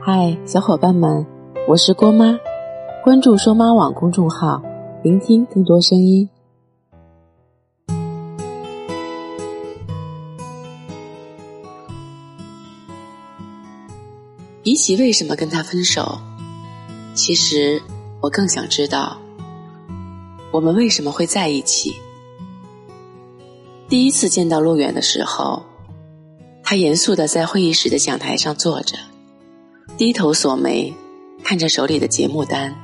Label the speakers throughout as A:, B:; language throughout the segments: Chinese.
A: 嗨，小伙伴们，我是郭妈，关注说妈网公众号，聆听更多声音。比起为什么跟他分手，其实我更想知道我们为什么会在一起。第一次见到陆远的时候，他严肃地在会议室的讲台上坐着，低头锁眉看着手里的节目单。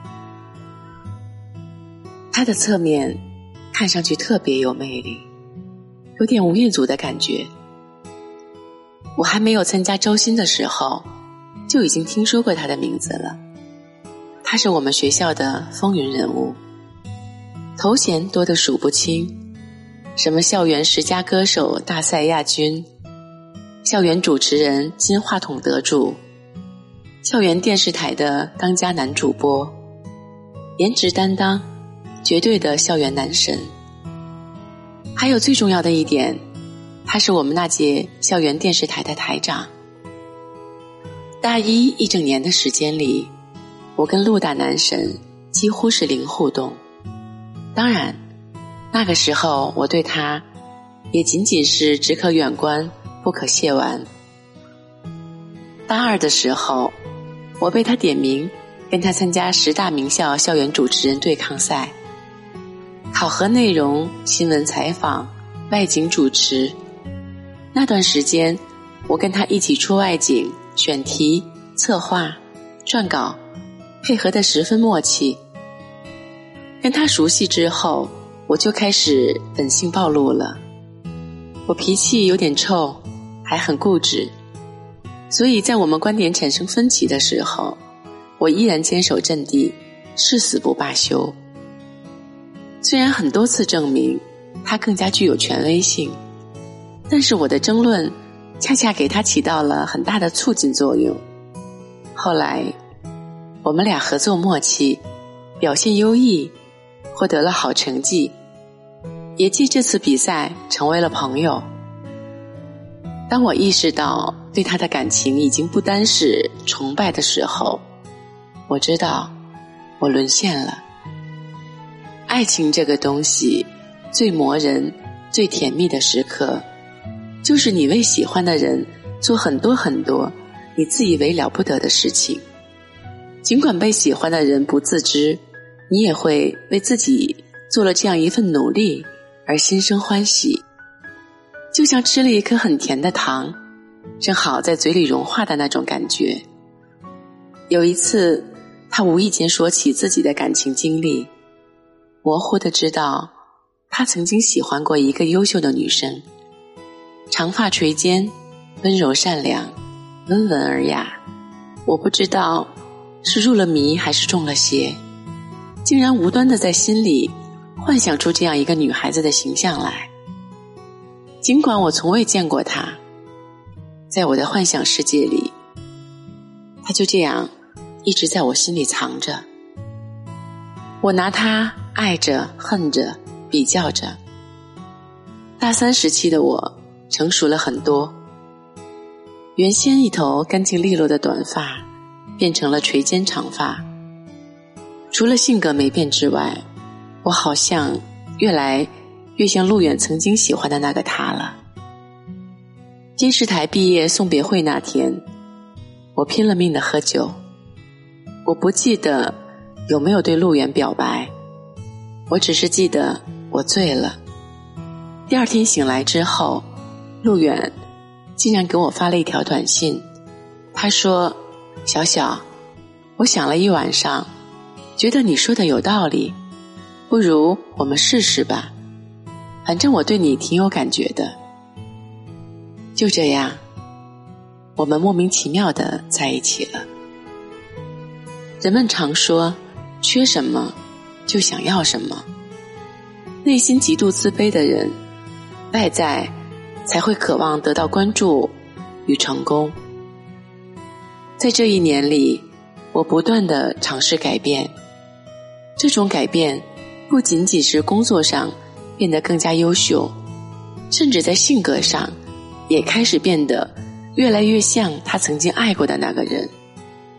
A: 他的侧面看上去特别有魅力，有点吴彦祖的感觉。我还没有参加招新的时候就已经听说过他的名字了。他是我们学校的风云人物，头衔多得数不清，什么校园10佳歌手大赛亚军，校园主持人金话筒得主，校园电视台的当家男主播，颜值担当，绝对的校园男神。还有最重要的一点，他是我们那届校园电视台的台长。大一一整年的时间里，我跟陆大男神几乎是零互动。当然，那个时候我对他也仅仅是只可远观不可亵玩。大二的时候，我被他点名跟他参加10大名校校园主持人对抗赛，考核内容、新闻采访、外景主持。那段时间我跟他一起出外景、选题、策划、撰稿，配合得十分默契。跟他熟悉之后，我就开始本性暴露了。我脾气有点臭，还很固执，所以在我们观点产生分歧的时候，我依然坚守阵地，誓死不罢休。虽然很多次证明他更加具有权威性，但是我的争论恰恰给他起到了很大的促进作用。后来我们俩合作默契，表现优异，获得了好成绩，也借这次比赛成为了朋友。当我意识到对他的感情已经不单是崇拜的时候，我知道我沦陷了。爱情这个东西最磨人、最甜蜜的时刻，就是你为喜欢的人做很多很多你自以为了不得的事情。尽管被喜欢的人不自知，你也会为自己做了这样一份努力而心生欢喜，就像吃了一颗很甜的糖，正好在嘴里融化的那种感觉。有一次，他无意间说起自己的感情经历，模糊地知道他曾经喜欢过一个优秀的女生，长发垂肩，温柔善良，温文尔雅。我不知道是入了迷还是中了邪，竟然无端地在心里幻想出这样一个女孩子的形象来。尽管我从未见过她，在我的幻想世界里，她就这样一直在我心里藏着。我拿她爱着、恨着、比较着。大3时期的我成熟了很多，原先一头干净利落的短发变成了垂肩长发。除了性格没变之外，我好像越来越像陆远曾经喜欢的那个他了。电视台毕业送别会那天，我拼了命地喝酒。我不记得有没有对陆远表白，我只是记得我醉了。第二天醒来之后，陆远竟然给我发了一条短信，他说：小小，我想了一晚上，觉得你说的有道理，不如我们试试吧，反正我对你挺有感觉的。就这样，我们莫名其妙地在一起了。人们常说，缺什么就想要什么，内心极度自卑的人，外在才会渴望得到关注与成功。在这1年里，我不断地尝试改变。这种改变不仅仅是工作上变得更加优秀，甚至在性格上也开始变得越来越像他曾经爱过的那个人。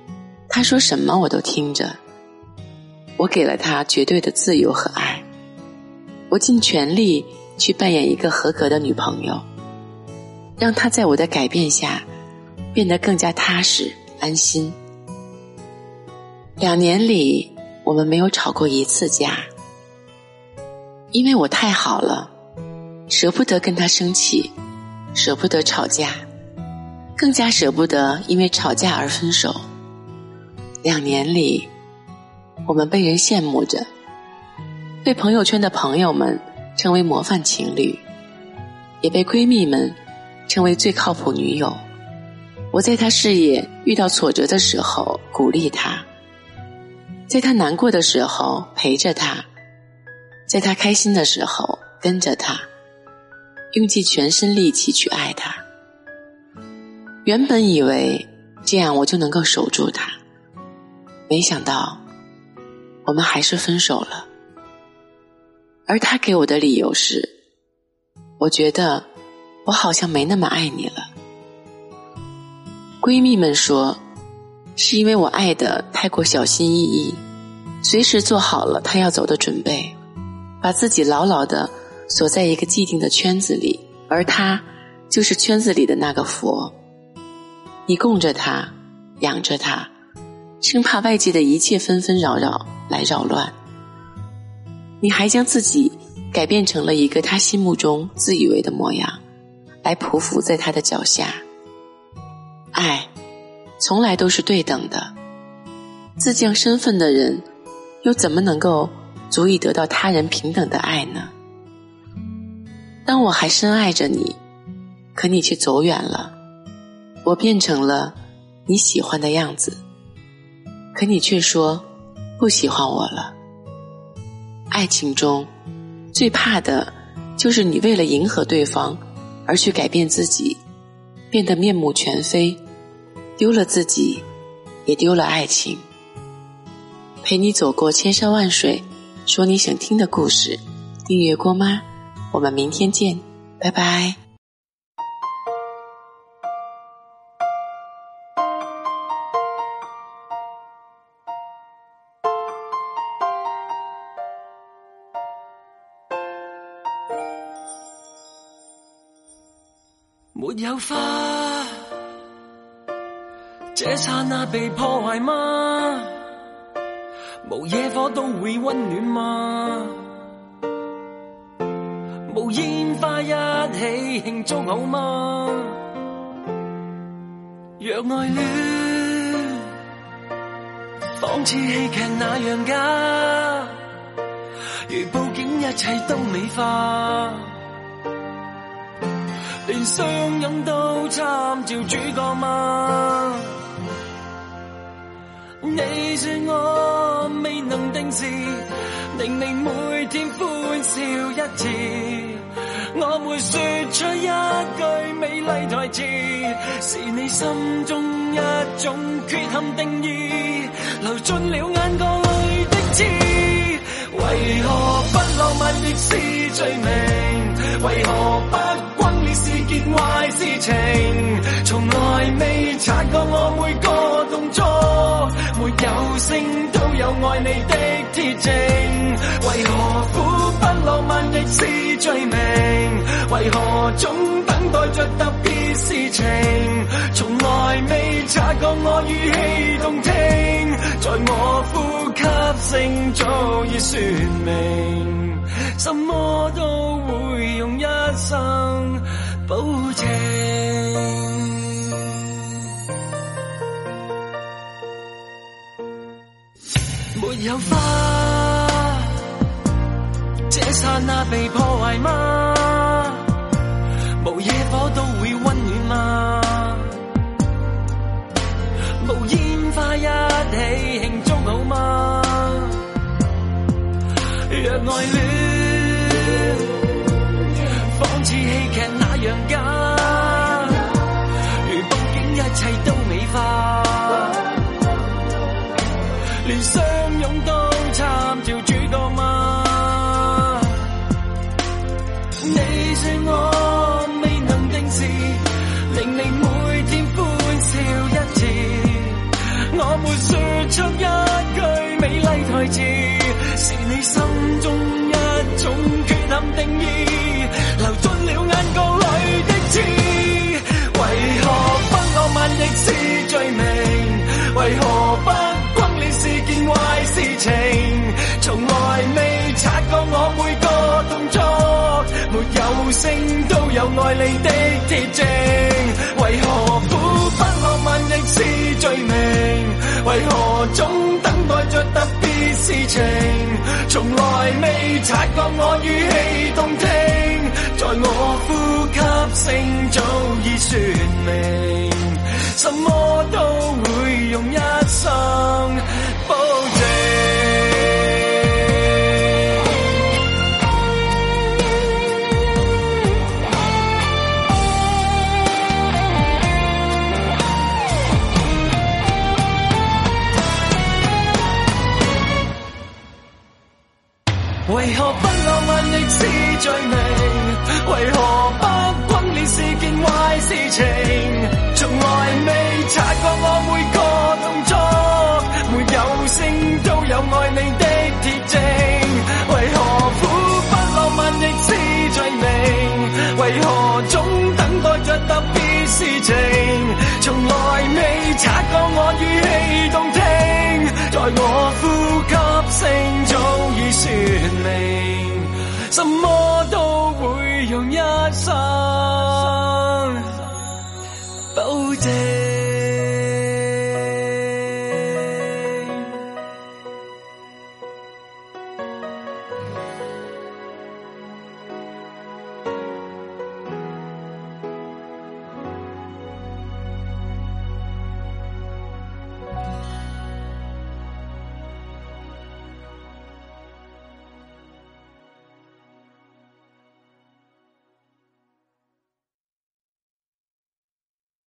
A: 他说什么我都听着，我给了他绝对的自由和爱，我尽全力去扮演一个合格的女朋友，让他在我的改变下变得更加踏实安心。2年里我们没有吵过一次架，因为我太好了，舍不得跟他生气，舍不得吵架，更加舍不得因为吵架而分手。2年里我们被人羡慕着，被朋友圈的朋友们称为模范情侣，也被闺蜜们称为最靠谱女友。我在他事业遇到挫折的时候鼓励他，在他难过的时候陪着他，在他开心的时候跟着他，用尽全身力气去爱他。原本以为这样我就能够守住他，没想到我们还是分手了。而他给我的理由是，我觉得我好像没那么爱你了。闺蜜们说，是因为我爱得太过小心翼翼，随时做好了他要走的准备，把自己牢牢地锁在一个既定的圈子里，而他就是圈子里的那个佛。你供着他，养着他，生怕外界的一切纷纷扰扰来扰乱。你还将自己改变成了一个他心目中自以为的模样，来匍匐在他的脚下。爱从来都是对等的，自降身份的人又怎么能够足以得到他人平等的爱呢？当我还深爱着你，可你却走远了，我变成了你喜欢的样子，可你却说不喜欢我了。爱情中最怕的就是你为了迎合对方而去改变自己，变得面目全非，丢了自己也丢了爱情。陪你走过千山万水，说你想听的故事。订阅郭妈，我们明天见，拜拜。
B: 沒有花，這剎那被破壞嗎？無野火都會溫暖嗎？無煙花一起慶祝好嗎？若愛戀仿似戲劇那樣假，如佈景一切都美化，連相擁都參照主角嗎？你說我未能定時，明明每天歡笑一次，我沒說出一句美麗台詞，是你心中一種缺陷定義，流進了眼角裏的刺。為何不浪漫亦是罪名？為何不轟烈是件壞事情？從來未察覺我每個動作沒有聲都有愛你的鐵證。為何苦不浪漫亦是罪名？為何總等待着特別事情？從來未察覺我語氣動聽，在我呼吸聲早已說明，什麼都會用一生保證。沒有花，這剎那被破壞嗎？無野火都會溫暖嗎？無煙花一起慶祝好嗎？若愛戀仿似戲劇那樣假，如佈景一切都美化，連相擁都參照主角嗎？你有聲都有愛你的鐵證，為何苦不浪漫亦是罪名？為何總等待着特別事情？從來未察覺我語氣動聽，在我呼吸聲早已說明，什麼都會用一生保證。為何不浪漫亦是罪名？為何不轟烈是件壞事情？從來未察覺我每個動作，沒有聲都有愛你的鐵證。為何苦不浪漫亦是罪名？為何總等待着特別事情？從來未察覺我語氣動聽，在我呼吸聲早已說明，什麼都會用一生保證。